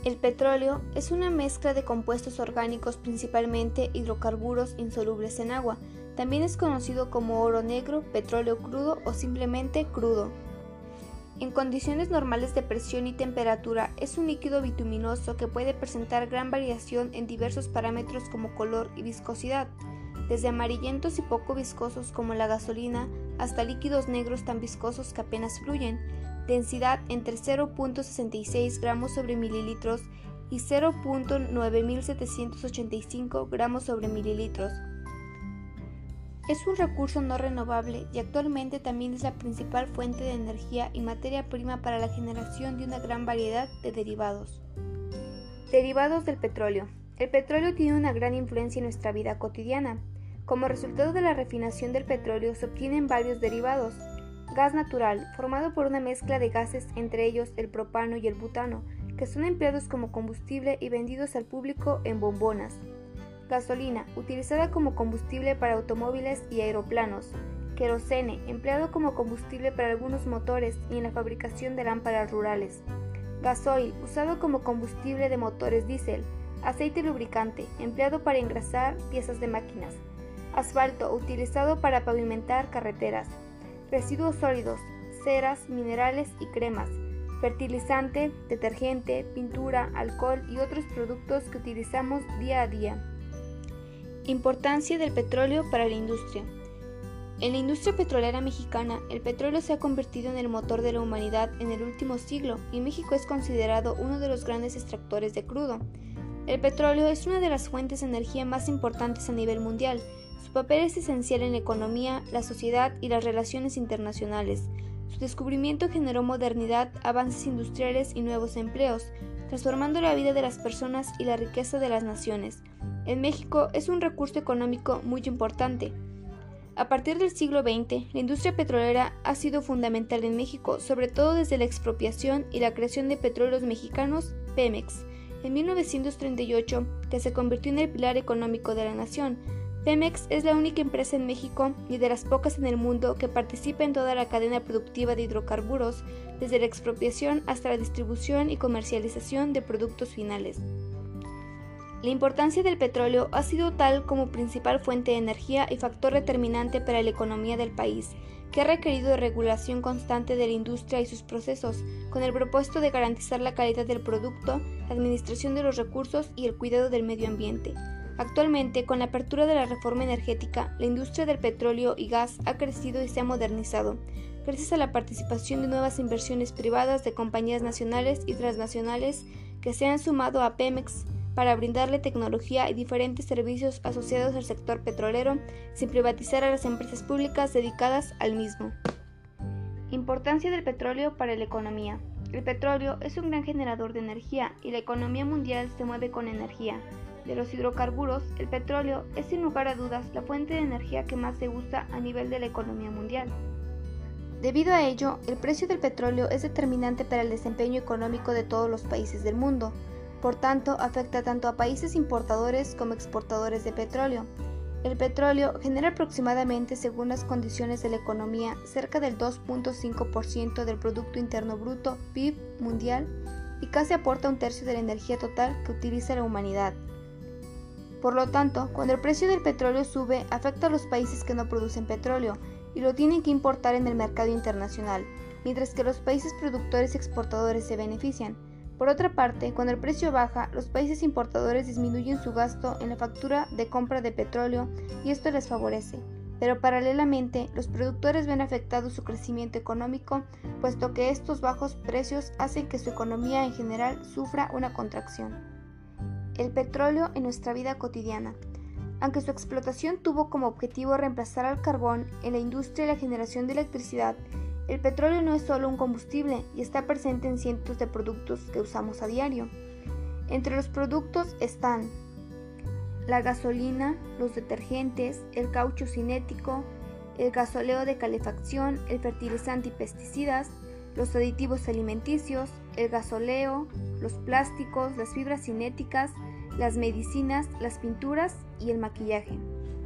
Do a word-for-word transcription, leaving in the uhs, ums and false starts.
El petróleo es una mezcla de compuestos orgánicos, principalmente hidrocarburos insolubles en agua. También es conocido como oro negro, petróleo crudo o simplemente crudo. En condiciones normales de presión y temperatura es un líquido bituminoso que puede presentar gran variación en diversos parámetros como color y viscosidad, desde amarillentos y poco viscosos como la gasolina hasta líquidos negros tan viscosos que apenas fluyen, densidad entre cero punto sesenta y seis gramos sobre mililitros y cero punto nueve mil setecientos ochenta y cinco gramos sobre mililitros. Es un recurso no renovable y actualmente también es la principal fuente de energía y materia prima para la generación de una gran variedad de derivados. Derivados del petróleo. El petróleo tiene una gran influencia en nuestra vida cotidiana. Como resultado de la refinación del petróleo se obtienen varios derivados. Gas natural, formado por una mezcla de gases, entre ellos el propano y el butano, que son empleados como combustible y vendidos al público en bombonas. Gasolina, utilizada como combustible para automóviles y aeroplanos. Querosene, empleado como combustible para algunos motores y en la fabricación de lámparas rurales. Gasoil, usado como combustible de motores diésel. Aceite lubricante, empleado para engrasar piezas de máquinas. Asfalto, utilizado para pavimentar carreteras. Residuos sólidos, ceras, minerales y cremas. Fertilizante, detergente, pintura, alcohol y otros productos que utilizamos día a día. Importancia del petróleo para la industria. En la industria petrolera mexicana, el petróleo se ha convertido en el motor de la humanidad en el último siglo y México es considerado uno de los grandes extractores de crudo. El petróleo es una de las fuentes de energía más importantes a nivel mundial. Su papel es esencial en la economía, la sociedad y las relaciones internacionales. Su descubrimiento generó modernidad, avances industriales y nuevos empleos, transformando la vida de las personas y la riqueza de las naciones. En México es un recurso económico muy importante. A partir del siglo veinte, la industria petrolera ha sido fundamental en México, sobre todo desde la expropiación y la creación de Petróleos Mexicanos, Pemex, en mil novecientos treinta y ocho, que se convirtió en el pilar económico de la nación. Pemex es la única empresa en México y de las pocas en el mundo que participa en toda la cadena productiva de hidrocarburos, desde la expropiación hasta la distribución y comercialización de productos finales. La importancia del petróleo ha sido tal como principal fuente de energía y factor determinante para la economía del país, que ha requerido de regulación constante de la industria y sus procesos, con el propósito de garantizar la calidad del producto, la administración de los recursos y el cuidado del medio ambiente. Actualmente, con la apertura de la reforma energética, la industria del petróleo y gas ha crecido y se ha modernizado, gracias a la participación de nuevas inversiones privadas de compañías nacionales y transnacionales que se han sumado a Pemex para brindarle tecnología y diferentes servicios asociados al sector petrolero, sin privatizar a las empresas públicas dedicadas al mismo. Importancia del petróleo para la economía. El petróleo es un gran generador de energía y la economía mundial se mueve con energía. De los hidrocarburos, el petróleo es sin lugar a dudas la fuente de energía que más se usa a nivel de la economía mundial. Debido a ello, el precio del petróleo es determinante para el desempeño económico de todos los países del mundo. Por tanto, afecta tanto a países importadores como exportadores de petróleo. El petróleo genera aproximadamente, según las condiciones de la economía, cerca del dos punto cinco por ciento del Producto Interno Bruto, P I B, mundial, y casi aporta un tercio de la energía total que utiliza la humanidad. Por lo tanto, cuando el precio del petróleo sube, afecta a los países que no producen petróleo y lo tienen que importar en el mercado internacional, mientras que los países productores y exportadores se benefician. Por otra parte, cuando el precio baja, los países importadores disminuyen su gasto en la factura de compra de petróleo y esto les favorece. Pero paralelamente, los productores ven afectado su crecimiento económico, puesto que estos bajos precios hacen que su economía en general sufra una contracción. El petróleo en nuestra vida cotidiana. Aunque su explotación tuvo como objetivo reemplazar al carbón en la industria y la generación de electricidad, el petróleo no es solo un combustible y está presente en cientos de productos que usamos a diario. Entre los productos están la gasolina, los detergentes, el caucho cinético, el gasoleo de calefacción, el fertilizante y pesticidas, los aditivos alimenticios, el gasoleo, los plásticos, las fibras cinéticas, las medicinas, las pinturas y el maquillaje.